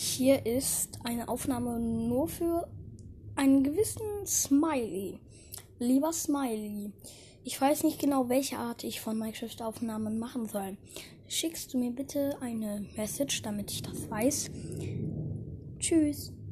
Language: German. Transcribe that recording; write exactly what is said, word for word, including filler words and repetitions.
Hier ist eine Aufnahme nur für einen gewissen Smiley. Lieber Smiley, ich weiß nicht genau, welche Art ich von Minecraft-Aufnahmen machen soll. Schickst du mir bitte eine Message, damit ich das weiß? Tschüss.